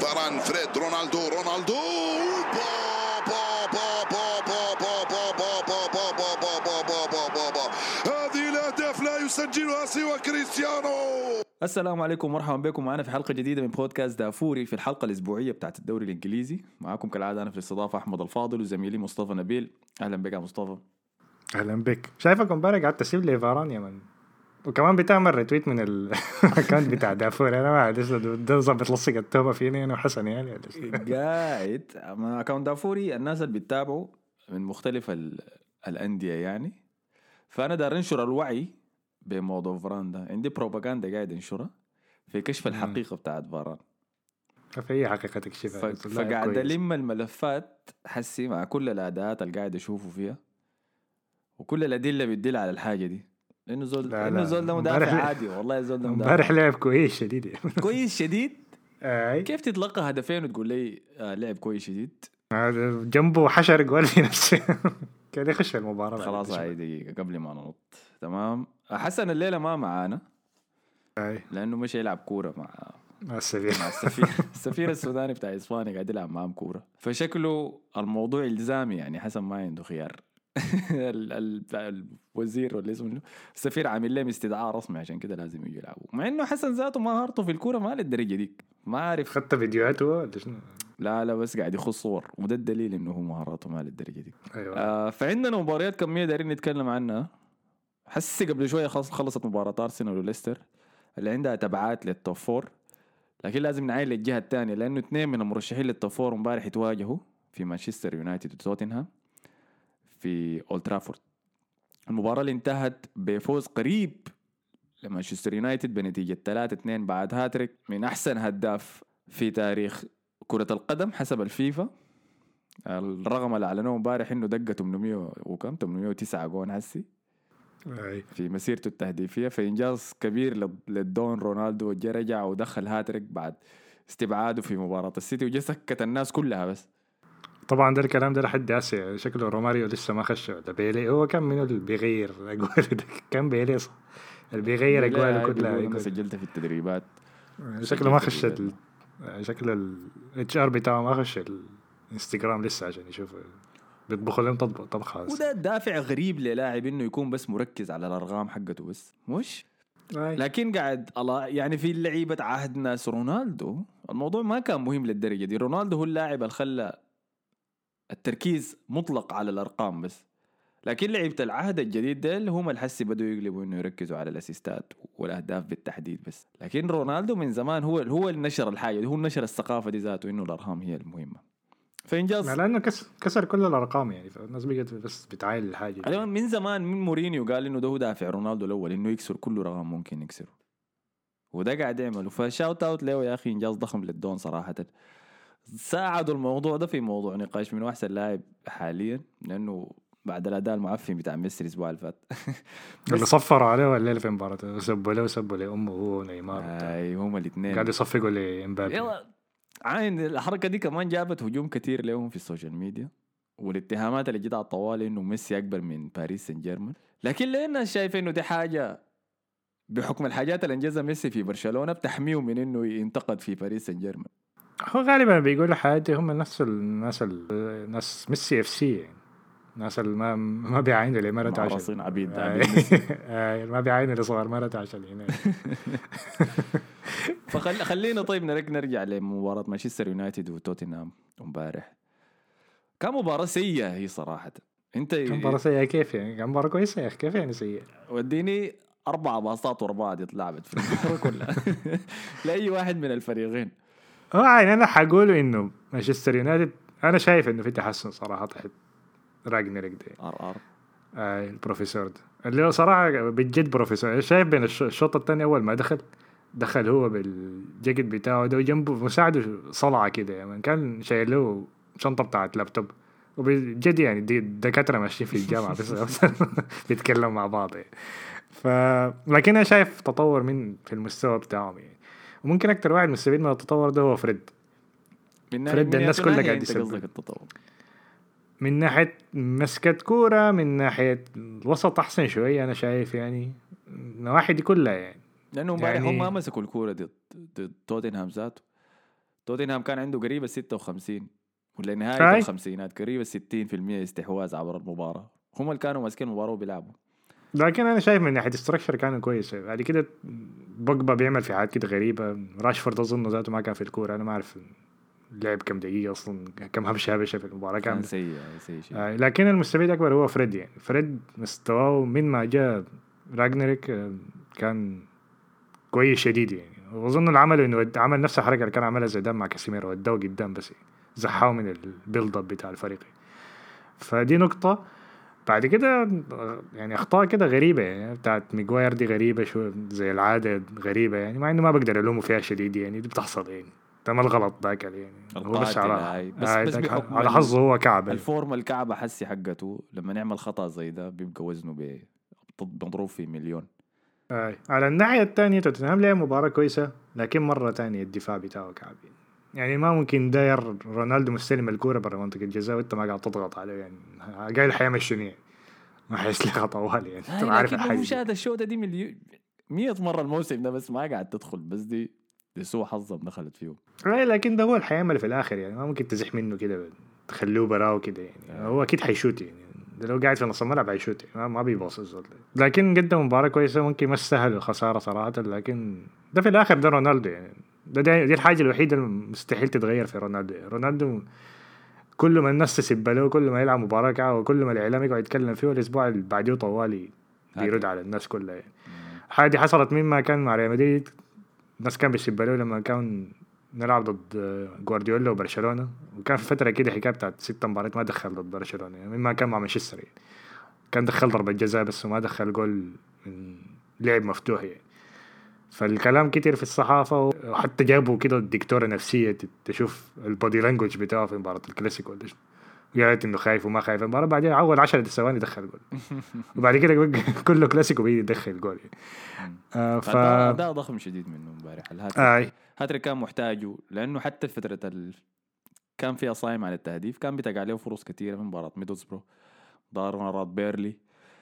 فاران فريد رونالدو هذه الأهداف لا يسجلها سوى كريستيانو. السلام عليكم ومرحبا بكم معنا في حلقة جديدة من بودكاست دافوري في الحلقة الأسبوعية بتاعت الدوري الإنجليزي. معكم كالعادة أنا في الاستضافة أحمد الفاضل وزميلي مصطفى نبيل. أهلا بك يا مصطفى. أهلا بك. شايفك امبارح قعدت تسيب لي فاران يا من، وكمان بتعمل ريتويت من الاكونت بتاع دافوري. أنا ما عارف ده ظبط لصق التوبة فيني أنا وحسن يعني قاعد مع أكونت دافوري الناس اللي بيتابعوا من مختلف الأندية يعني، فأنا دار انشر الوعي بموضوع فاران ده. عندي بروباغندا قاعد انشرها في كشف الحقيقة بتاعت فاران، في حقيقة تكشفها فقاعد ألم الملفات حسي مع كل الأداءات اللي قاعد أشوفه فيها وكل الأدلة بتدل على الحاجة دي. إنه زول ده مدافع عادي، والله زول ده مدافع. امبارح لعب كويس شديد كويس شديد. كيف تتلقى هدفين وتقول لي لعب كويس شديد؟ جنبه حشر جول في نفسه كان يخش المباراة. خلاص هاي دقيقة قبل ما ننط. تمام. حسن الليلة ما معانا لأنه مش يلعب كورة مع السفير السوداني بتاع إسبانيا قاعد يلعب معهم كورة، فشكله الموضوع إلزامي يعني. حسن ما عنده خيار. الوزير ولا اسمه السفير عامل لهم استدعاء رسمي عشان كده لازم يجي يلعبوا، مع انه حسن ذاته مهارته في الكوره ما للدرجه ديك. ما عارف خدت فيديوهاته ولا شنو؟ لا بس قاعد يخص صور، وده الدليل انه هو مهاراته ما للدرجه ديك. أيوة. فعندنا مباريات كميه دايرين نتكلم عنها. حسي قبل شويه خلصت مباراه ارسنال وليستر اللي عندها تبعات للتوب فور، لكن لازم نعاين للجهه الثانيه لانه اثنين من المرشحين للتوب فور امبارح يتواجهوا في مانشستر يونايتد وتوتنهام في أولد ترافورد. المباراة اللي انتهت بفوز قريب لمانشستر يونايتد بنتيجة 3-2 بعد هاتريك من أحسن هداف في تاريخ كرة القدم حسب الفيفا. الرقم اللي أعلنوه امبارح إنه دقة 809 جون هسي في مسيرته التهديفية، فإنجاز كبير للدون رونالدو. رجع ودخل هاتريك بعد استبعاده في مباراة السيتي وجا سكت الناس كلها. بس طبعا ده الكلام ده لحد هسه شكله روماريو لسه ما خش ولا بيلي. هو كان من اللي بيغير الاجوال ده؟ كان بيلي صح اللي بيغير اجواله كلها. انا سجلت في التدريبات. شكله ما خش شكل الاتش ار بتاعه ما خش الانستغرام لسه عشان يشوف بيطبخوا لهم طبخه. وده دافع غريب للاعب انه يكون بس مركز على الارقام حقته بس مش لكن قاعد الله يعني في اللعيبه عهد ناس رونالدو الموضوع ما كان مهم للدرجه دي. رونالدو هو اللاعب اللي خلى التركيز مطلق على الارقام بس، لكن لعيبه العهد الجديد ده اللي هم الحسي بدوا يقلبوا انه يركزوا على الاسيستات والاهداف بالتحديد بس. لكن رونالدو من زمان هو اللي نشر الحاجه دي، هو نشر الثقافه دي ذاته انه الارقام هي المهمه. فانجاز لانه كسر كل الارقام يعني، فالناس بقت بس بتعاين الحاجه دي. من زمان من مورينيو قال انه ده هو دافع رونالدو الاول انه يكسر كل رقم ممكن يكسره، وده قاعد يعمله. فشاوت اوت له يا اخي، انجاز ضخم للدون صراحه. ساعدوا الموضوع ده في موضوع نقاش من احسن لاعب حاليا، لانه بعد الاداء المعفن بتاع ميسي الاسبوع اللي فات اللي صفروا عليه الليله في مباراه سبوا له امه وهو نيمار. هم الاثنين قاعد يصفقوا لامبابي. عين الحركه دي كمان جابت هجوم كتير لهم في السوشيال ميديا، والاتهامات اللي جت على الطوال انه ميسي اكبر من باريس سان جيرمان. لكن لان شايف انه دي حاجه بحكم الحاجات اللي انجزها ميسي في برشلونه بتحميه من انه ينتقد في باريس سان جيرمان. هو غالبا بيقولوا حاجه هم نفس الناس ميسي اف سي يعني. الناس اللي ما بيعينوا لمرته عشان عبيد ما بيعينوا لصغار مرته عشان هنا. فخلينا طيب نرجع لمباراة مانشستر يونايتد وتوتنهام امبارح. كان مباراة سيئة هي صراحة. كان مباراة سيئة كيف يعني؟ كان مباراة كويسة يا أخي، كيف يعني سيئة؟ وديني 4 باصات ورا بعض اتلعبت في المباراة كلها لأي واحد من الفريقين. يعني أنا حقوله إنه مانشستر يونايتد أنا شايف إنه في تحسن صراحة تحت راجنيريك ده البروفيسور ده اللي هو صراحة بجد بروفيسور. شايف بين الشوط الثاني أول ما دخل هو بالجاكيت بتاعه ده وجنبه مساعده صلعة كده يعني، كان شايل له شنطة بتاعت لابتوب. وبجد يعني دي دكاترة ماشيين في الجامعة بس بيتكلموا مع بعض يعني. لكن أنا شايف تطور في المستوى بتاعهم يعني. وممكن أكتر واحد مستفيد من التطور ده هو فريد الناس كلها قاعد يسبب من ناحية مسكة كورة، من ناحية الوسط أحسن شوية أنا شايف يعني نواحي دي كلها يعني. لأنه يعني هم ما مسكوا الكورة ضد توتنهام ذاته. توتنهام كان عنده قريب 56 ولا نهاية الخمسينات قريب 60% استحواذ عبر المباراة. هم اللي كانوا ماسكين المباراة وبيلعبوا. لكن انا شايف من ناحيه الستركشر كانوا كويس. بعد كده بوجبا بيعمل في حاجات كده غريبه. راشفورد اظن ذاته ما كان في الكوره. انا ما اعرف لعب كم دقيقه اصلا، كم هبشه في المباراه كامله. سيء لكن المستفيد اكبر هو فريد. يعني فريد مستواه من ما جاء راجنريك كان كويس شديد يعني. واظن العمل انه عمل نفس الحركه اللي كان عملها زيدان مع كاسيميرو، وداه قدام بس زحاه من البيلد اب بتاع الفريق. فدي نقطه. بعد كده يعني اخطاء كده غريبه يعني بتاعت ميغواير دي غريبه شو زي العاده غريبه يعني، مع انه ما بقدر الومه فيها شديد يعني. دي بتحصل يعني. ده ما الغلط ذاك يعني. هو بس على حظه هو كعب. الفورمه الكعبه حسي حقته لما نعمل خطا زي ده بيبقى وزنه مضروب في مليون. على الناحيه الثانيه توتنهام لعب مباراه كويسه، لكن مره ثانيه الدفاع بتاعه كعب يعني. ما ممكن داير رونالدو مستلم الكوره برا منطقه الجزاء وانت ما قاعد تضغط عليه يعني. قايل حيعمل شنو يعني؟ ما حيسلخ طوالي يعني. انت عارف الحاجه. مشاهده الشوطه دي 100 مره الموسم ده بس ما قاعد تدخل. بس دي سوء حظهم دخلت فيهم. لكن ده هو اللي حيعمل في الاخر يعني. ما ممكن تزح منه كده تخلوه براه كده يعني. هو اكيد حيشوت يعني. ده لو قاعد في نص الملعب حيشوت يعني. ما بيباص الزول. لكن قدم مباراه كويسه. ممكن ما سهل الخساره صراحه، لكن ده في الاخر ده رونالدو يعني. دي الحاجه الوحيده المستحيل تتغير في رونالدو. رونالدو كل ما الناس تسب له، كل ما يلعب مباراه كعبه، وكل ما الاعلام يقعد يتكلم فيه، الاسبوع اللي بعديه طوالي بيرد على الناس كلها يعني. حاجه حصلت مما كان مع ريال مدريد. الناس كان بيسب له لما كان نلعب ضد جوارديولا وبرشلونه، وكان في فتره كده حكايه بتاعت 6 مباريات ما دخل ضد برشلونه يعني. مما كان مع مانشستر يعني. كان دخل ضربه جزاء بس وما دخل جول من لعب مفتوح يعني. فالكلام كتير في الصحافة، وحتى جابوا كده الدكتورة نفسية تشوف البودي لانجوج بتاعه في مباراة الكلاسيكو ولا شنو. قالت انه خايف وما خايف المباراة. بعدين اول 10 ثواني دخل جول. وبعد كده كله كلاسيكو بيدخل جول يعني. ده ضخم شديد منه امبارح الهاتريك كان محتاجه، لانه حتى في فترة كان فيها صايم على التهديف، كان بيتق عليه فرص كثيرة في مباراة ميدلسبرو، ضار مرات بيرلي،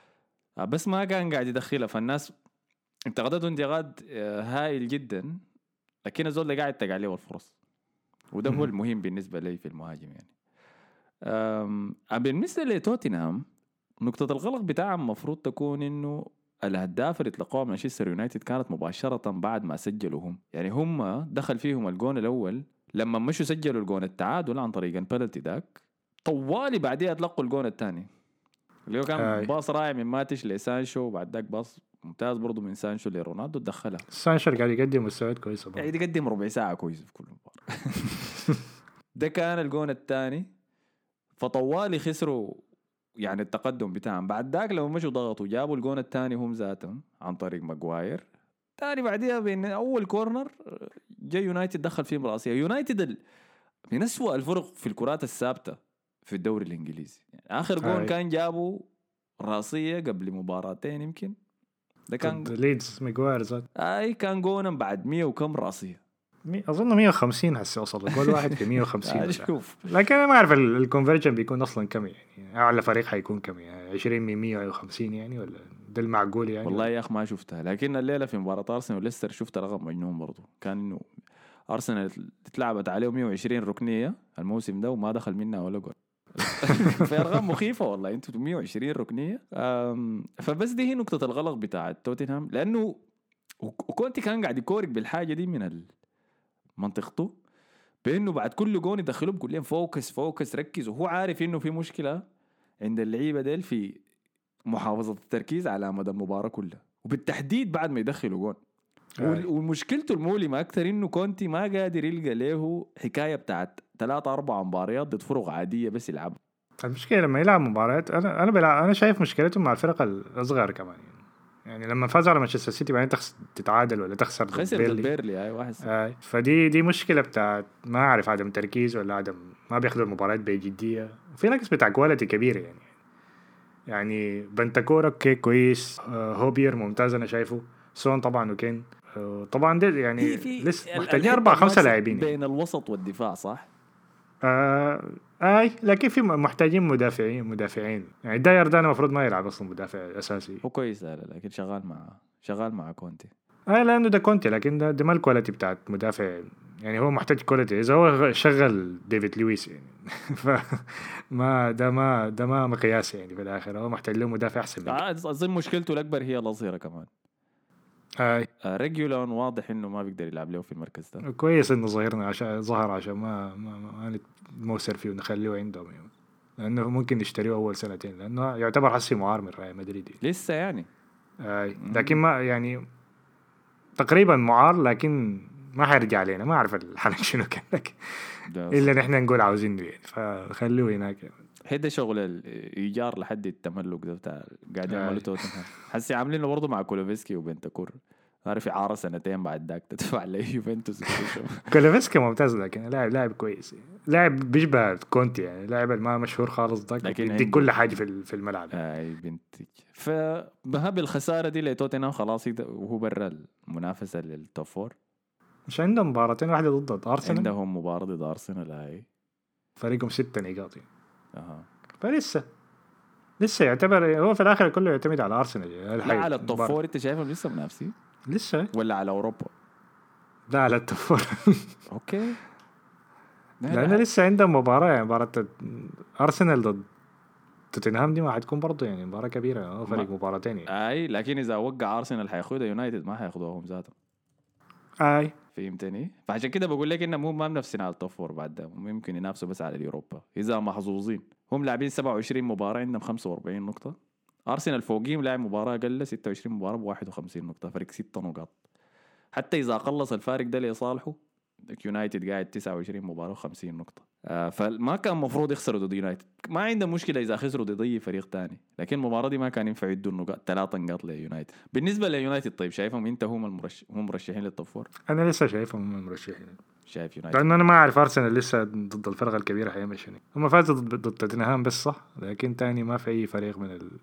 بس ما كان قاعد يدخلها. فالناس انتقدته انتقاد هائل جدا، لكن الزول اللي قاعد يتق عليه الفرص، وده هو المهم بالنسبة لي في المهاجم يعني. بالنسبة لتوتنهام نقطة الغلق بتاعهم مفروض تكون انه الأهداف اللي تلقوها مانشستر يونايتد كانت مباشرة بعد ما سجلوا هم. يعني هم دخل فيهم الجون الأول لما مشوا سجلوا الجون التعادل عن طريق البلنتي داك، طوالي بعديها تلقوا الجون الثاني اللي هو كان باص رائع من ماتش لسانشو، وبعد ذاك باص ممتاز برضو من سانشو لرونالدو دخلها. سانشو قاعد يقدم مستويات كويسة برضو. يعني يقدم ربع ساعة كويسة في كل مباراة. ده كان الجون الثاني، فطوالي خسروا يعني التقدم بتاعهم. بعد ذاك لما مشوا ضغطوا جابوا الجون الثاني هم ذاتهم عن طريق ماغواير. تاني بعديها بين اول كورنر جاي يونايتد دخل فيهم راسيه. يونايتد من أسوأ الفرق في الكرات الثابته في الدوري الانجليزي يعني. اخر جون كان جابوا راسيه قبل مباراتين يمكن، ده كان ليدز ماغواير ذات كان جونا بعد 100 وكم راسيه، اظن 150 هسه وصل جول واحد في 150. شوف لكن انا ما اعرف الكونفرجن بيكون اصلا كم يعني. اعلى فريق حيكون كم يعني 20 من 150 يعني، ولا ده المعقول يعني؟ والله يا اخ ما شفتها، لكن الليله في مباراه ارسنال وليستر شفت رقم مجنون برضو. كان انه ارسنال اتلعبت عليه 120 ركنيه الموسم ده وما دخل منها ولا جول. في ارقام مخيفه والله. انتوا 120 ركنيه. فبس دي هي نقطه الغلق بتاع توتنهام، لانه وكونتي كان قاعد يكورك بالحاجه دي من منطقته، بانه بعد كل جون يدخلوا بيقول لهم فوكس ركز، وهو عارف انه في مشكله عند اللعيبه ديل في محافظه التركيز على مدى المباراه كلها، وبالتحديد بعد ما يدخلوا جون. ومشكلته المؤلمه اكثر انه كونتي ما قادر يلقى له حكايه بتاعت 3-4 مباريات ضد فرق عاديه بس يلعب. المشكله لما يلعب مباريات انا شايف مشكلته مع الفرق الاصغر كمان يعني لما فاز على مانشستر سيتي بعدين تتعادل ولا تخسر ضد بيرلي واحد. فدي مشكله بتاعت ما اعرف عدم تركيز ولا عدم ما بياخذوا المباريات بجديه. وفي نقص بتاع كواليتي كبيره يعني بنتاكور كويس، هوبير ممتاز انا شايفه، سون طبعا وكين طبعا ده يعني لسه محتاجين 4-5 لاعبين بين الوسط والدفاع صح. لكن في محتاجين مدافعين يعني. داير ده المفروض ما يلعب اصلا مدافع اساسي. هو كويس لكن شغال مع كونتي. لانه ده كونتي، لكن ده ما الكواليتي بتاعت مدافع يعني. هو محتاج كواليتي اذا هو شغل ديفيد لويس يعني. فما ده ما مقياس يعني. في الاخر هو محتاج له مدافع احسن من كده. اظن مشكلته الاكبر هي الاظهره كمان. ريجولون واضح انه ما بيقدر يلعب له في المركز ده. كويس انه ظهر عشان ما نموسر فيه ونخليه عندهم يعني. لانه ممكن نشتريه اول سنتين، لانه يعتبر حسي معار من ريال مدريد لسه يعني. لكن ما يعني تقريبا معار، لكن ما حيرجع لنا. ما اعرف الحنك شنو كان لك الا نحن نقول عاوزينه يعني، فخلوه هناك يعني. هيدا شغل الايجار لحد التملك ده بتاع قاعد يعملوا توتنهام. حسي عاملينه برضه مع كولوفسكي وبنتاكور، عارف اعاره سنتين بعد ذاك تدفع ليوفنتوس. كولوفسكي ممتاز، لكن لاعب كويس يعني. لاعب بيشبه كونتي يعني. لاعب ما مشهور خالص ذاك، لكن يديك كل حاجه في الملعب. اي بنتك. فبهب الخساره دي لتوتنهام خلاص وهو برا المنافسه للتوب فور. مش عندهم مباراتين، واحده ضد ارسنال. عندهم مباراه ضد ارسنال. هاي فريقهم 6 نقاط فلسه يعتبر هو في الاخر كله يعتمد على ارسنال يعني. لا على التوب فور انت شايفهم لسه منافسين لسه ولا على اوروبا؟ لا على التوب فور. اوكي. لأنه لسه عندهم مباراة يعني. مباراة أرسنال ضد توتنهام دي ما حتكون برضو يعني مباراة كبيرة. فريق مباراتين يعني. اي لكن اذا وقع ارسنال حياخدها يونايتد، ما حياخدوهم ذاتهم. فهمتني؟ فعشان كده بقول لك انهم ما منافسين على التوب فور بعد ده. ممكن ينافسوا بس على اليوروبا اذا محظوظين. هم لاعبين 27 مباراة، عندهم 45 نقطة. ارسنال فوقيهم لاعب مباراة اقل 26 مباراة ب 51 نقطة، فرق 6 نقاط. حتى اذا قلص الفارق ده لصالحه، يونايتد قاعد 29 مباراة و50 نقطة. فما كان مفروض يخسروا ضد يونايتد. ما عندهم مشكلة إذا خسروا ضد أي فريق تاني، لكن المباراة دي ما كان ينفع يدوا النقاط 3 نقاط ليونايتد. بالنسبة ليونايتد طيب شايفهم أنت هم مرشحين للتوب فور؟ أنا لسه شايفهم هم مرشحين. شايف يونايتد لأنه أنا ما أعرف أرسنال لسه ضد الفرقة الكبيرة حيمشي. هم فازوا ضد توتنهام بس صح، لكن تاني ما في أي فريق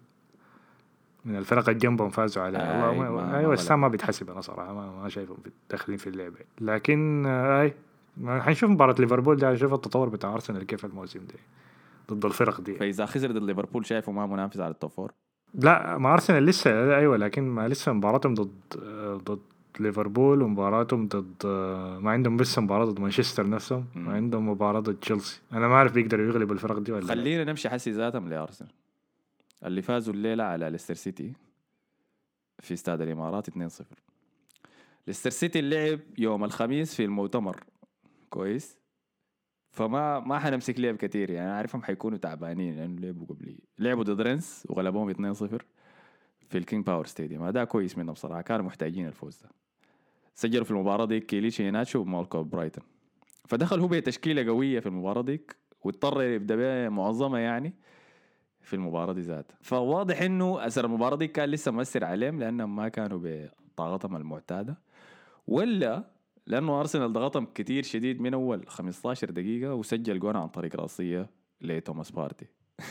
من الفرق الجنبهم فازوا على أيوة السام ما بيتحسب. أنا صراحة ما شايفهم داخلين في اللعبة. لكن حنشوف مباراة ليفربول ده، نشوف التطور بتاع أرسنال كيف الموسم ده ضد الفرق دي. فإذا خسر ضد ليفربول شايفه ما منافس على التوب فور؟ لا مع أرسنال لسه أيوة، لكن ما لسه مباراتهم ضد ليفربول، ومباراتهم ضد ما عندهم بس مباراة ضد مانشستر نفسهم، وعندهم مباراة ضد تشيلسي. أنا ما أعرف بيقدروا يغلبوا الفرق دي ولا. خلينا نمشي حسي ذاتهم لأرسنال اللي فازوا الليلة على ليستر سيتي في استاد الإمارات 2-0. ليستر سيتي اللعب يوم الخميس في المؤتمر كويس، فما حنمسك لعب كتير يعني. عارفهم حيكونوا تعبانين لأنه لعبوا ضد رينس وغلبوهم 2-0 في الكينج باور ستاديوم. هذا كويس منهم بصراحة، كانوا محتاجين الفوز ده. سجلوا في المباراة دي كيليشي هيناتشو ومالكو برايتون، فدخل هو بتشكيلة قوية في المباراة ديك واضطر يبدأ بها معظمة يعني في المباراة دي ذات. فواضح انه اثر المباراة دي كان لسه مؤثر عليهم لانهم ما كانوا بطاقتهم المعتادة، ولا لانه ارسنال ضغطهم كتير شديد من اول 15 دقيقة وسجل جون عن طريق راسية لتوماس بارتي.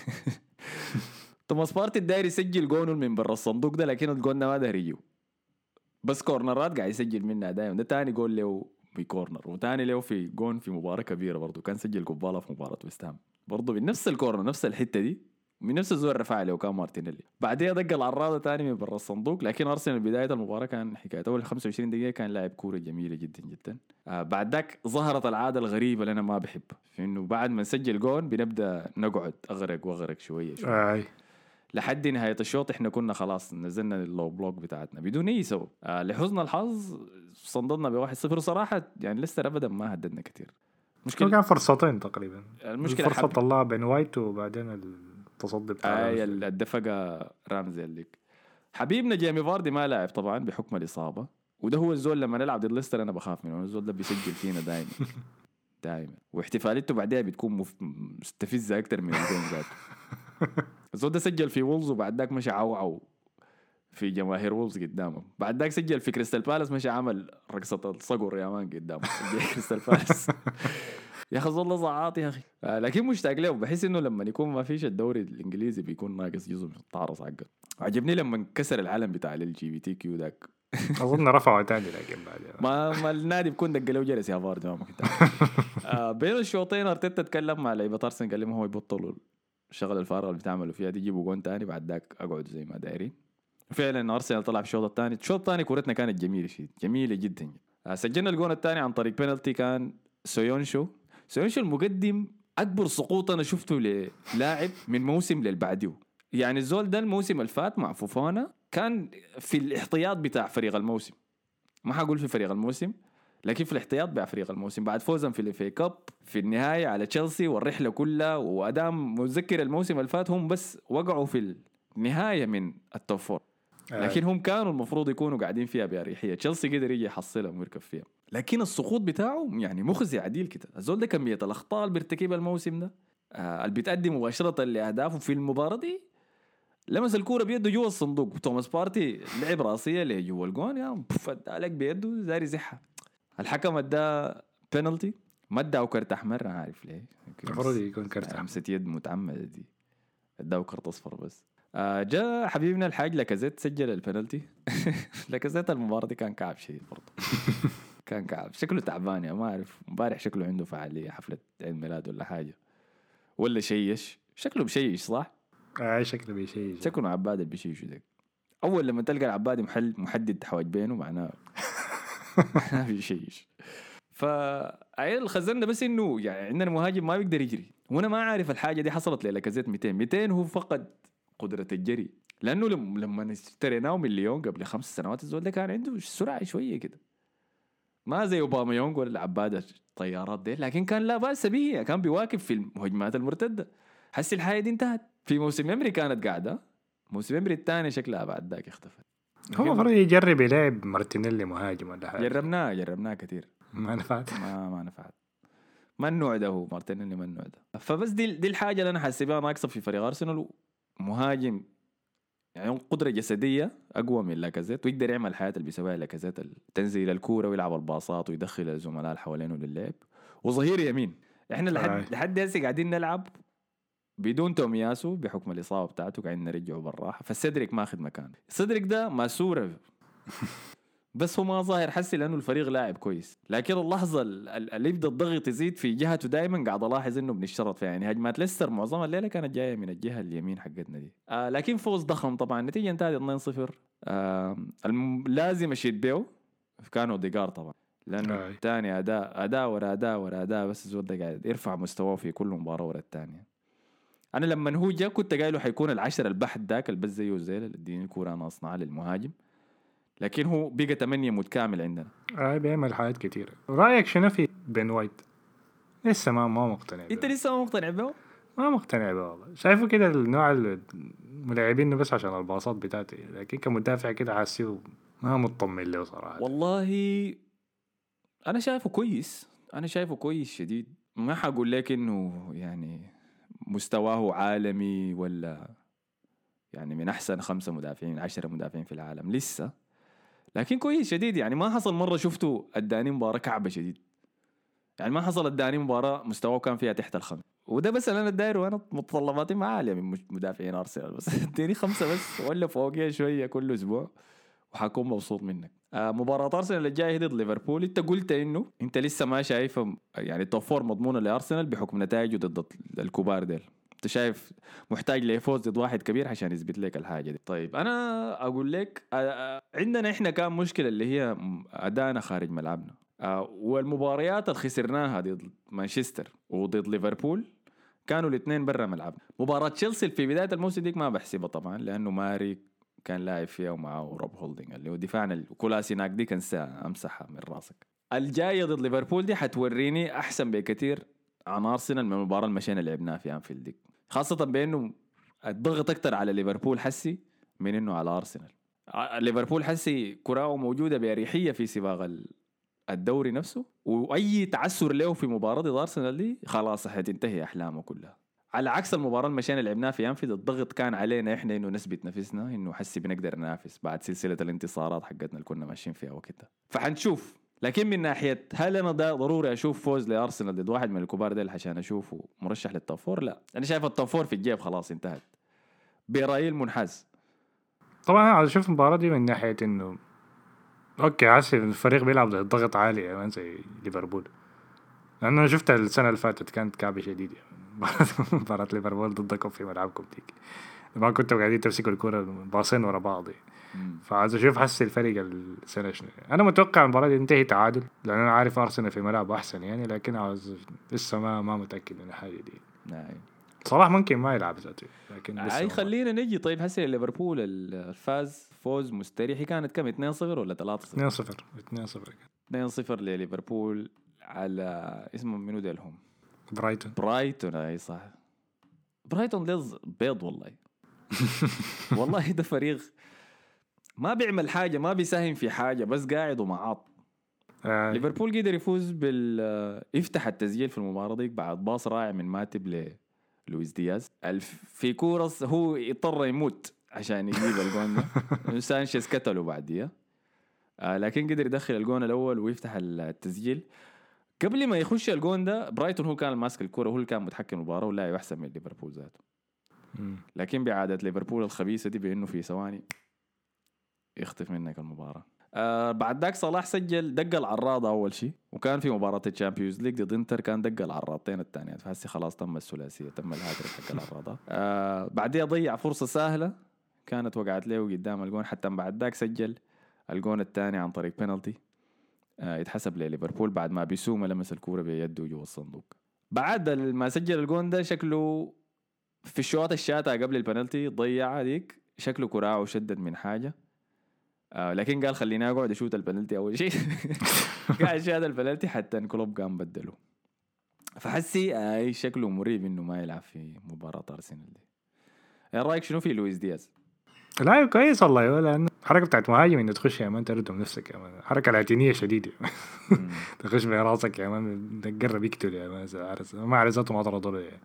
توماس بارتي داير يسجل جون من برا الصندوق ده، لكن الجون ده ما داير يجيو، بس كورنرات قاعد يسجل منها دايما. ده تاني جول له في كورنر، وتاني له في جون في مباراة كبيرة برضو. كان سجل كوبالا في مباراة ويست هام برضو بنفس الكورنر، نفس الحتة دي، من نفس الزور الرفاعي له كان مارتينيلي. بعدها دق العراضة تاني من برا الصندوق. لكن أرسنال بداية المباراة كان حكاية أول 25 دقيقة كان لاعب كورة جميلة جدا جدا. بعد ذاك ظهرت العادة الغريبة اللي أنا ما بحب، في إنه بعد ما نسجل جون بنبدأ نقعد أغرق شوية لحد نهاية الشوط. إحنا كنا خلاص نزلنا اللو بلوك بتاعتنا بدون أي سبب. لحزن الحظ صندنا ب1-0. وصراحة يعني لسه أبدا ما هددنا كتير. مشكلة كان فرصتين تقريبا. المشكلة فرصة طلع بين وايت وبعدين التصدي بتاع الدفقة رامزي الليك. حبيبنا جيمي فاردي ما لاعب طبعا بحكم الإصابة، وده هو الزول لما نلعب ضد ليستر أنا بخاف منه. الزول ده بيسجل فينا دائما واحتفالته بعدها بتكون مستفزة أكتر من الجون ذاته. الزول ده سجل في وولز وبعد ذاك مشى عوعو في جماهير وولز قدامه. بعد ذاك سجل في كريستال بالاس، مشى عمل رقصة الصقر يا مان قدامه كريستال بالاس. يا أخي والله زعاط يا أخي. لكن مشتاق له. بحس إنه لما يكون ما فيش الدوري الإنجليزي بيكون ناقص جزء من التعرص حقه. عجبني لما كسر العلم بتاع LGBT كيو ذاك. أظن رفعوا تاني لكن بعد ما النادي بيكون دق له جلس يا فار جامع. بين الشوطين أرتيتا تكلم مع لعيبة أرسنال قال لهم هو يبطلوا الشغل الفارغ اللي بتعملوا فيها دي، يجيبوا جون تاني بعد ذاك أقعدوا زي ما دايرين. فعلا ارسنال طلع في الشوط الثاني كورتنا كانت جميله جدا. سجلنا الجون الثاني عن طريق بينالتي، كان سويونشو المقدم اكبر سقوط انا شفته للاعب من موسم للبعديه. يعني الزول ده الموسم الفات مع فوفانا كان في الاحتياط بتاع فريق الموسم، ما حقول في فريق الموسم لكن في الاحتياط بتاع فريق الموسم، بعد فوزهم في الFA كاب في النهايه على تشيلسي والرحله كلها وادام متذكر الموسم الفات هم بس وقعوا في النهايه من التوب فور، لكن هم كانوا المفروض يكونوا قاعدين فيها بأريحية. تشيلسي قدر يجي يحصلهم ويركب فيها، لكن السقوط بتاعه يعني مخزي عديل كده. الزول ده كمية الأخطاء اللي بيرتكبها الموسم ده اللي بيتقدم مباشرة لأهدافه في المباراة دي، لمس الكورة بيده جوا الصندوق، توماس بارتي لعب راسية اللي جوا الجون يا فدالك بيده زاري زحة. الحكم ادى بينالتي، ما اداه كرت أحمر، أنا عارف ليه، المفروض يكون كرت أحمر، لمسة يد متعمدة دي، اداه كرت أصفر بس. جاء حبيبنا الحاج لاكازيت سجل البنالتي. لاكازيت المباراة دي كان كعب شيء برضه. كان كعب شكله تعبان يا ما أعرف، مبارح شكله عنده فعالية حفلة عيد ميلاد ولا حاجة ولا شيش، شكله بشيش صح؟ شكله بيشيش، شكله عباد بيشيش ده. أول لما تلقى العباد محدد حواجبينه معناه بيشيش. فعيل خزننا بس إنه يعني عندنا مهاجم ما بيقدر يجري، وأنا ما عارف الحاجة دي حصلت للاكازيت 200 هو فقد قدرة الجري، لأنه لما اشتريناه من ليون قبل 5 سنوات الزول ده كان عنده سرعة شوية كده، ما زي أوباما يونغ ولا العبادة الطيارات دي، لكن كان لا بأس به، كان بيواكب في المهاجمات المرتدة. حس الحياة دي انتهت في موسم يمري، كانت قاعدة موسم يمري الثاني شكلها بعد ذاك اختفت. هو المفروض يجرب يلعب مارتينيلي مهاجم ولا حاجة. جربناه كثير ما نفعت. ما نفعت، ما النوع ده هو مارتينيلي، ما النوع ده. فبس دي الحاجة اللي أنا حاسس بها ناقصة في فريق أرسنال، مهاجم يعني قدرة جسدية أقوى من لاكازيت ويقدر يعمل الحياة اللي بيسويها لاكازيت، تنزيل الكورة ويلعب الباصات ويدخل الزملاء اللي حوالينه للعب، وظهير يمين. إحنا لحد هسه قاعدين نلعب بدون تومياسو بحكم الإصابة بتاعته، قاعدين نرجعه بالراحة، فالسيدريك ما أخذ مكان. السيدريك ده ماسورة بس هو ما ظاهر حسي لأنه الفريق لاعب كويس، لكن اللحظة اللي يبدأ الضغط يزيد في جهته دايما قاعد ألاحظ إنه بنشترط فيها. يعني هجمات ليستر معظمها الليلة كانت جاية من الجهة اليمين حقتنا دي. لكن فوز ضخم طبعا، النتيجة انتهت 2-0. لازم أشيد بيو كانوا ديجار طبعا، لأنه الثاني أداء ورا أداء بس الزود ده قاعد يرفع مستواه في كل مباراة ورا الثانية. أنا لما هو جا كنت قايله حيكون العشر البحث ذاك البس زيه زي اللي اديني الكورة أنا أصنعها للمهاجم، لكن هو بقى 8 متكامل عندنا. بيعمل حاجات كتيرة. رأيك شنو في بين وايت؟ لسه ما مقتنع انت لسه ما مقتنع به؟ ما مقتنع به والله، شايفه كده النوع الملاعبين بس عشان الباصات بتاعتي، لكن كمدافع كده حاسيه ما مطمن له صراحة. والله أنا شايفه كويس شديد، ما حقول لك إنه يعني مستواه عالمي ولا يعني من أحسن 5 مدافعين 10 مدافعين في العالم لسه، لكن كويس شديد. يعني ما حصل مرة شفته أداني مباراة كعبة شديد، يعني ما حصل أداني مباراة مستواه كان فيها تحت ال5، وده بس اللي أنا داير، وأنا متطلباتي ما عالية من مدافعين أرسنال، بس اديني 5 بس ولا فوقيها شوية كل أسبوع وحكون مبسوط منك. مباراة أرسنال الجاية ضد ليفربول، أنت قلت إنه أنت لسه ما شايف يعني التوب فور مضمونة لأرسنال بحكم نتائجه ضد الكبار ديل، أنت شايف محتاج ليفوز ضد واحد كبير عشان يثبت لك الحاجة دي. طيب أنا أقول لك عندنا إحنا كان مشكلة اللي هي أدانا خارج ملعبنا، والمباريات اللي خسرناها ضد مانشستر وضد ليفربول كانوا الاثنين برا ملعبنا. مباراة تشيلسي في بداية الموسم ديك ما بحسبها طبعا لأنه ماري كان لاعب فيها ومعه روب هولدينج اللي هو دفاعنا الكلاسيناك دي كان أمسحها من راسك. الجاية ضد ليفربول دي حتوريني أحسن بكثير عن أرسنال من المباراة المشينا اللي لعبناها في أنفيلد دي، خاصة بأنه الضغط أكتر على ليفربول حسي من إنه على أرسنال. ليفربول حسي كراءه موجودة بأريحية في سباق الدوري نفسه، وأي تعثر له في مباراة ضد أرسنال دي خلاص حتنتهي أحلامه كلها. على عكس المباراة المشينا اللي لعبناها في أنفيلد الضغط كان علينا إحنا إنه نثبت نفسنا إنه حسي بنقدر ننافس بعد سلسلة الانتصارات حقتنا اللي كنا ماشيين فيها وكده، فحنشوف. لكن من ناحية هل أنا ده ضروري أشوف فوز لأرسنال ضد واحد من الكبار ديل عشان أشوفه مرشح للتوب فور؟ لا، أنا شايف التوب فور في الجيب خلاص انتهت برأيي المنحاز. طبعا أنا أشوف المباراة دي من ناحية إنه أوكي عسي الفريق بيلعب ضغط عالي يعني زي ليفربول، لأنه أنا شفت السنة اللي فاتت كانت كعبة شديدة مباراة ليفربول ضدكم في ملعبكم ديك، ما كنتوا قاعدين تمسكوا الكرة باصين ورا بعض. فعايز اشوف حس الفريق السنه شنو. انا متوقع المباراه دي تنتهي تعادل لان انا عارف ارسنال في ملعب احسن يعني، لكن عاوز لسه ما متاكد من الحاجه دي. نعم صلاح ممكن ما يلعب ذاته، لكن لسه خلينا نجي. طيب هسه ليفربول الفاز فوز مستريح، كانت كم 2-0 ولا 3-0؟ 2-0 لليفربول على اسمه منو ديلهم؟ برايتون اي صح. برايتون ليز بيض والله. والله ده فريق ما بيعمل حاجة، ما بيساهم في حاجة، بس قاعد ومعاط. ليفربول قدر يفوز يفتح التسجيل في المباراة دي بعد باص رائع من ماتب لويس دياز في كورس، هو اضطر يموت عشان يجيب الجون ده. سانشيز قتله بعديها، لكن قدر يدخل الجون الأول ويفتح التسجيل. قبل ما يخش الجون ده برايتون هو كان ماسك الكرة، هو اللي كان متحكم المباراة ولاعب أحسن من ليفربول ذاته. لكن بعادة ليفربول الخبيثة دي بأنه في ثواني يختف منك المباراة. بعد ذاك صلاح سجل دق العراضة أول شيء، وكان في مباراة الشامبيونز ليج ضد انتر كان دق العراضتين الثانية، فهسي خلاص تم الثلاثية، تم الهاتريك حق العراضة. بعدها ضيع فرصة سهلة كانت وقعت له قدام الجون، حتى بعد ذاك سجل الجون الثاني عن طريق بينالتي يتحسب لليفربول بعد ما بيسوما لمس الكورة بيده جوا الصندوق. بعد ما سجل الجون ده شكله في الشوط الشاتة قبل البنالتي ضيع هذيك، شكله كراعه شدد من حاجة. لكن قال خليني اقعد اشوت البنالتي اول شيء. قاعد شاد البنالتي حتى كلوب قام بدله. فحسي اي شكله مريب انه ما يلعب في مباراة ارسنال دي. يا رايك شنو في لويس دياز؟ لا كويس والله، لانه الحركه بتاعت مهاجم انه تخش يا مان تردم نفسك يا مان، حركه لاتينيه شديده. تخش براسك يا مان تقرب يقتل يا مان، ما على ذاته ما طرده يعني.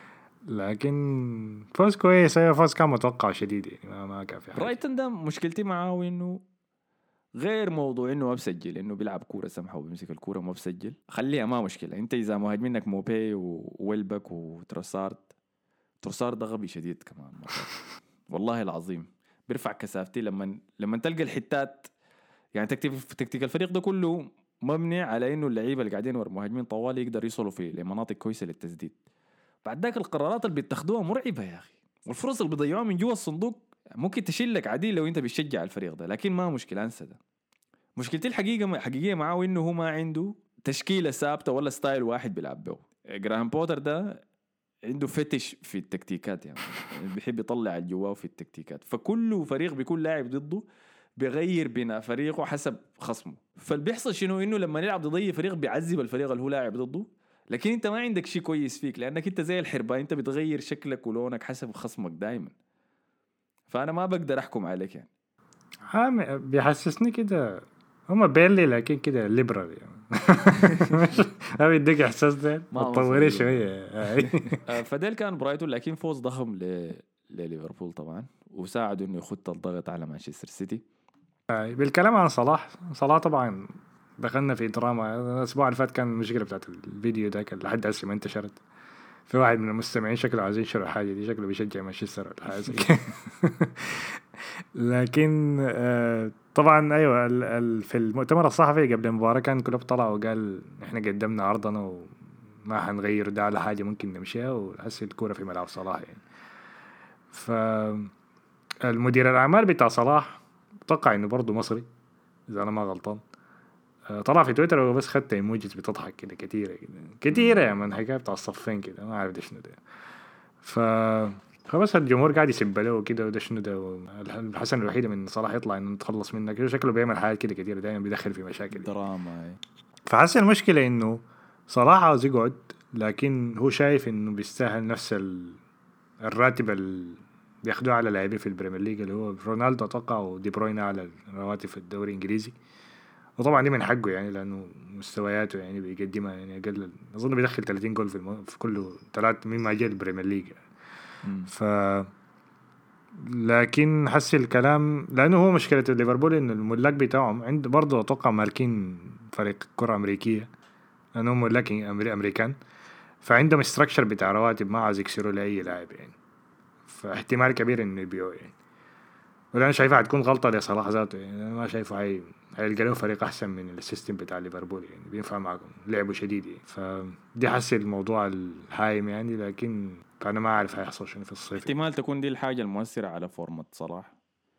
لكن فوز كويس، فوز كان متوقع شديد يعني، ما كان في حاجه. برايتون ده مشكلتي معاه انه غير موضوع انه ما بسجل، انه بيلعب كوره سمحه وبيمسك الكوره وما بسجل، خليها ما مشكله. انت اذا مهاجمينك موبي وويلبك وتروسارد ده غبي شديد كمان والله العظيم بيرفع كثافتي لما تلقى الحتات يعني. تكتيك الفريق ده كله مبني على انه اللعيبه اللي قاعدين ورا مهاجمين طوال يقدر يوصلوا في لمناطق كويسه للتسديد. بعد ذاك القرارات اللي بيتخذوها مرعبه يا اخي، والفرص اللي بيضيعوها من جوا الصندوق ممكن تشيل لك عديل لو انت بتشجع الفريق ده، لكن ما مشكله، انسى ده. مشكلتي الحقيقيه معاه انه هو ما عنده تشكيله ثابته ولا ستايل واحد بيلعب به. جراهام بوتر ده عنده فتش في التكتيكات يعني بيحب يطلع الجواه في التكتيكات، فكل فريق بيكون لاعب ضده بيغير بناء فريقه حسب خصمه. فالبيحصل شنو انه لما يلعب ضد فريق بيعذب الفريق اللي هو لاعب ضده، لكن انت ما عندك شيء كويس فيك لانك انت زي الحرباء، انت بتغير شكلك ولونك حسب خصمك دائما. فانا ما بقدر احكم عليك يعني. بيحسسني كده هما بيرلي لكن كده ليبرال يعني. ما بيديك احساس ده متطورين شويه. فديل كان برايتون، لكن فوز ضخم لليفربول طبعا، وساعدوا انه يخط الضغط على مانشستر سيتي. بالكلام عن صلاح طبعا دخلنا في دراما. الاسبوع اللي فات كان المشكله بتاعت الفيديو ده كان لحد هسه ما انتشرت. في واحد من المستمعين شكله عايزين ينشر الحاجه دي، شكله بيشجع مانشستر ولا حاجه زي كده. لكن طبعا ايوه في المؤتمر الصحفي قبل المباراه كان كلوب طلع وقال احنا قدمنا عرضنا وما هنغير ده على حاجه ممكن نمشيها، وهسه الكوره في ملعب صلاح يعني. فالمدير الاعمال بتاع صلاح اتوقع انه برضه مصري اذا انا ما غلطان، طلع في تويتر وبس خدت ايموجيز بتضحك كده كتيره يا من حكايه بتاع الصفين كده، ما عارف ده شنو ده. فبس الجمهور قاعد يسب له وكده، وده شنو ده. الحسن الوحيده من صلاح يطلع انه نتخلص منك، شكله بيعمل حاجات كده كتير دايما بيدخل في مشاكل دراما. فحس المشكله انه صلاح عاوز يقعد، لكن هو شايف انه بيستاهل نفس الراتب اللي بياخدوه على لاعبين في البريمير ليج، اللي هو رونالدو اتوقع ودي بروين على الرواتب في الدوري الانجليزي. وطبعا دي من حقه يعني لانه مستوياته يعني بيقدمها يعني اقل، اظن بيدخل 30 جول في كله 3 مما جاء البريمير ليج. لكن حس الكلام لانه هو مشكله ليفربول انه الملاك بتاعهم عنده برضه اتوقع مالكين فريق كره امريكيه، لانهم ملاكين امريكان، فعندهم استراكشر بتاع رواتب ما عايز يكسروا لاي لاعب يعني، فاحتمال كبير انه يبيعوا يعني. ولا انا شايفها هتكون غلطه لصلاح ذاته يعني، انا ما شايفه هيلقى له فريق احسن من السيستم بتاع ليفربول يعني، بينفع معكم لعبه شديد يعني. فدي حسي الموضوع الهايم يعني، لكن فانا ما اعرف هيحصل شنو في الصيف. احتمال تكون دي الحاجه المؤثره على فورمة صلاح،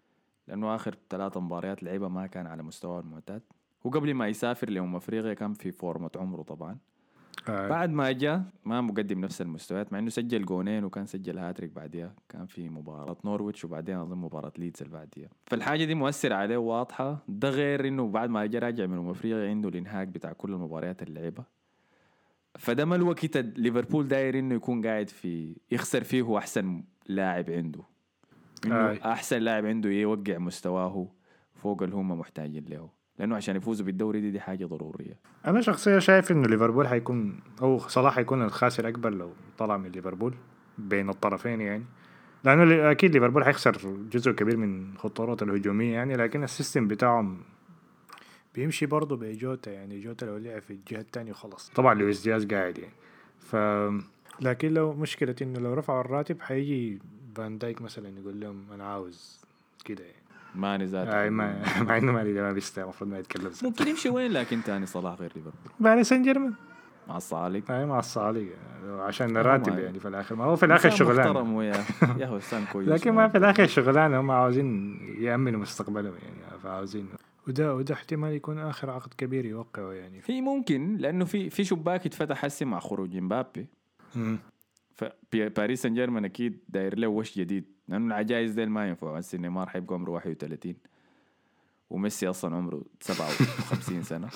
لأنه آخر 3 مباريات لعبة ما كان على مستوى المعتاد. وقبل ما يسافر أفريقيا كان في فورمة عمره طبعا. بعد ما جاء ما مقدم نفس المستويات، مع انه سجل جونين وكان سجل هاتريك بعديها، كان في مباراة نورويتش وبعدين اظن مباراة ليدز اللي بعديها. فالحاجة دي مؤثرة عليه واضحة. ده غير انه بعد ما جاء راجع من افريقيا عنده الانهاك بتاع كل المباريات اللي لعبها. فده ما الوقت ليفربول داير انه يكون قاعد في يخسر فيه هو احسن لاعب عنده، انه احسن لاعب عنده يوقع مستواه فوق اللي هم محتاجين له، لانه عشان يفوزوا بالدوري دي حاجه ضروريه. انا شخصيا شايف انه ليفربول حيكون او صلاح حيكون الخاسر اكبر لو طلع من ليفربول بين الطرفين يعني، لانه اكيد ليفربول حيخسر جزء كبير من خطوراته الهجوميه يعني، لكن السيستم بتاعهم بيمشي برضه بجوتا يعني. جوتا لو لعب في الجهه الثانيه خلاص، طبعا لويس دياز قاعد يعني. لكن لو مشكله انه لو رفعوا الراتب حيجي فان دايك مثلا يقول لهم انا عاوز كده يعني. ما نزات مع انه ماني ما بيستاهل، المفروض ما يتكلم. ممكن يمشي وين لكن تاني صلاح غير ليفربول؟ باريس سان جيرمان مع الصالح. مع الصالح عشان الراتب يعني. في الاخر ما هو في الاخر شغلانه محترم يا اخي انسان كويس لكن ما في الاخر شغلانه هم عاوزين يامنوا مستقبلهم يعني، فعاوزين وده احتمال يكون اخر عقد كبير يوقعه يعني. في ممكن لانه في شباك يتفتح هسه مع خروج مبابي. فباريس سان جيرمان اكيد داير له وش جديد، لانه العجائز ديل ما ينفعوا. هسه نيمار حيبقى عمره 31 وميسي اصلا عمره 57 سنه.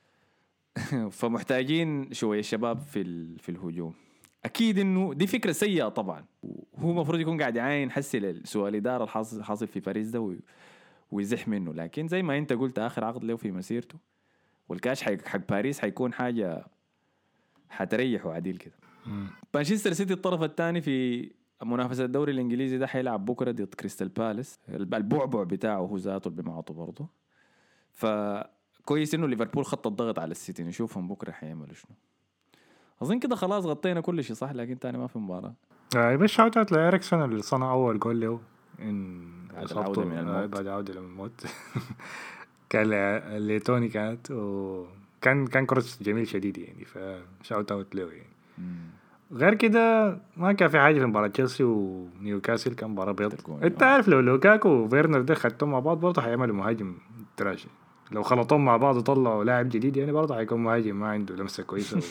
فمحتاجين شويه شباب في الهجوم. اكيد انه دي فكره سيئه طبعا، وهو المفروض يكون قاعد يعاين حسي سوء الاداره الحاصل في باريس ده ويزح منه. لكن زي ما انت قلت اخر عقد له في مسيرته، والكاش حق باريس حيكون حاجه حتريحه عديل كده. مانشستر سيتي الطرف الثاني في منافسه الدوري الانجليزي ده حيلعب بكره ضد كريستال بالاس. البعبع بتاعه هو ذاته اللي بمعطه برضه. فكويس انه ليفربول خط الضغط على السيتي، نشوفهم بكره حيعملوا شنو. اظن كده خلاص غطينا كل شيء صح، لكن تاني ما في مباراه. بس شوتات لإريكسون اللي صنع اول جول له ان العوده من الموت. بعد عوده من الموت. كان اللي توني كانت وكان كروس جميل شديد يعني، فشاوت اوت له يعني. غير كده ما كان في حاجه في مباراه تشيلسي ونيوكاسل، كان مباراه بيض. انت عارف لو لوكاكو وفيرنر ده خدتهم مع بعض برضه حيعملوا مهاجم تراشي. لو خلطهم مع بعض وطلعوا لاعب جديد يعني برضه حيكون مهاجم ما عنده لمسه كويسه.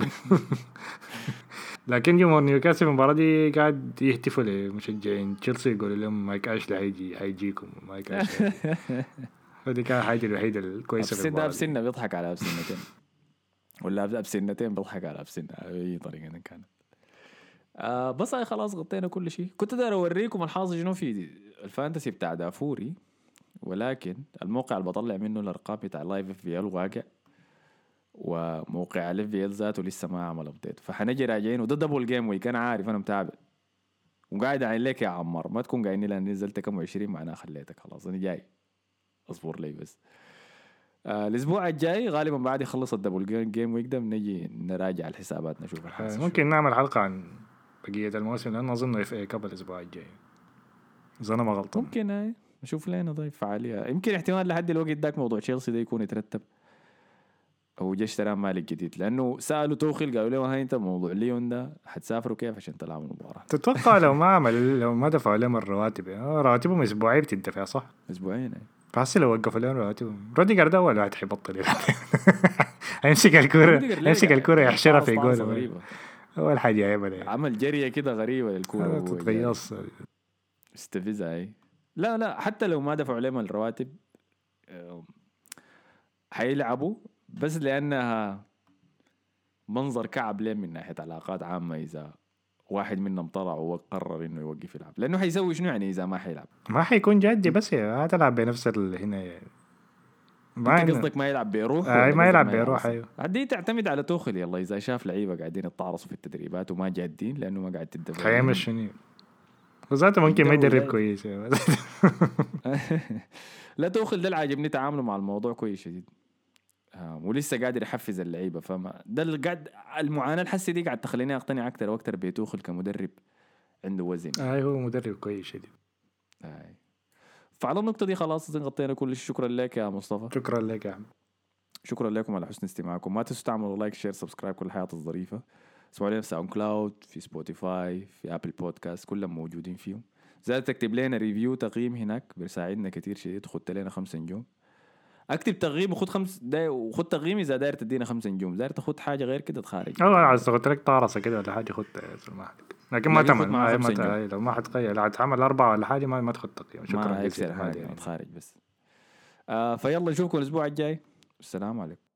لكن جمهور نيوكاسل في المباراه دي قاعد يهتفوا لمشجعين تشيلسي يقولوا لهم مايك اشلي هيجيكم مايك اشلي. فدي كانت الحاجه الوحيده الكويسه في المباراه. أبسنة بيضحك على أبسنتين ولا أبسنتين بيضحك على أبسنة أي طريقة كانت. بس خلاص غطينا كل شيء. كنت داير أوريكم الحاصل شنو في الفانتسي بتاع دافوري، ولكن الموقع اللي بطلع منه الأرقام بتاع لايف اف في ال واقع، وموقع الاف في ال ذاته لسه ما عمل ابديت. فحنجي راجعين وده دبل جيم ويك. انا عارف انا متابع وقاعد عليك يا عمار، ما تكون قايلني لان نزلت كم 20 معناها خليتك خلاص. انا جاي اصبر لي بس. الاسبوع الجاي غالبا بعد يخلص الدبل جيم ويك ده بنجي نراجع الحسابات نشوف ممكن نعمل حلقه عن بقيه الموسم، لانه اظن اف اي قبل الاسبوع الجاي اذا انا ما غلطان. ممكن نشوف لنا ضيف فعاليه. يمكن احتمال لحد الوقت داك موضوع تشيلسي ده يكون يترتب او جا اشترى مالك جديد، لانه سالوا توخيل قالوا له هاي انت موضوع ليون ده حتسافروا كيف عشان تلعبوا المباراه. تتوقع لو ما دفعوا لهم الرواتب رواتبهم اسبوعين بتدفع صح؟ اسبوعين بس لو وقفوا لهم رواتبهم روديجر ده اول واحد حيبطل يلعب. هيمسك الكوره يحشرها في جول. اول حاجه يعملها عمل جريه كده غريبه للكوره تتغيص استفزها هي. لا حتى لو ما دفعوا لهم الرواتب حيلعبوا، بس لأنها منظر كعب لين من ناحية علاقات عامة. إذا واحد منهم طلع وقرر إنه يوقف يلعب، لأنه حيسوي شنو يعني إذا ما حيلعب؟ ما حيكون جدي بس هتلعب بنفس هنا يعني. ما قصدك ما يلعب بيروح؟ ما يلعب بيروح. أيوه دي تعتمد على توخل. يلا إذا شاف لعيبة قاعدين يتعرصوا في التدريبات وما جادين لأنه ما قاعد تدفع حيعمل شنو وذاته ممكن ما يدرب كويس. لا توخل ده عاجبني تعامله مع الموضوع كويس شديد، ولسه قادر يحفز اللعيبه. فما ده اللي قاعد المعاناه الحسي دي قاعد تخليني اقتنع اكثر واكثر بتوخل كمدرب عنده وزن. هو مدرب كويس شديد. فعلى النقطه دي خلاص غطينا كل شيء. شكرا لك يا مصطفى. شكرا لك يا احمد. شكرا لكم على حسن استماعكم. ما تنسوا تعملوا لايك شير سبسكرايب كل الحياة الظريفة. اسمعوا لنا في ساوند كلاود، في سبوتيفاي، في ابل بودكاست، كلهم موجودين فيهم. زي تكتب لنا ريفيو تقييم هناك بيساعدنا كتير شديد. خدت لنا 5 نجوم، اكتب تقييم وخد 5 دقايق وخد تقييم. اذا داير تدينا 5 نجوم، داير تاخد حاجه غير كده تخارج. والله عايز قلت لك طارصه كده ولا حاجه خدت لكن ما تعمل لو ما حتغير لا تعمل 4 ولا حاجه ما تاخد تقييم. شكرا جزيلا. تخارج بس. فيلا نشوفكم الاسبوع الجاي. السلام عليكم.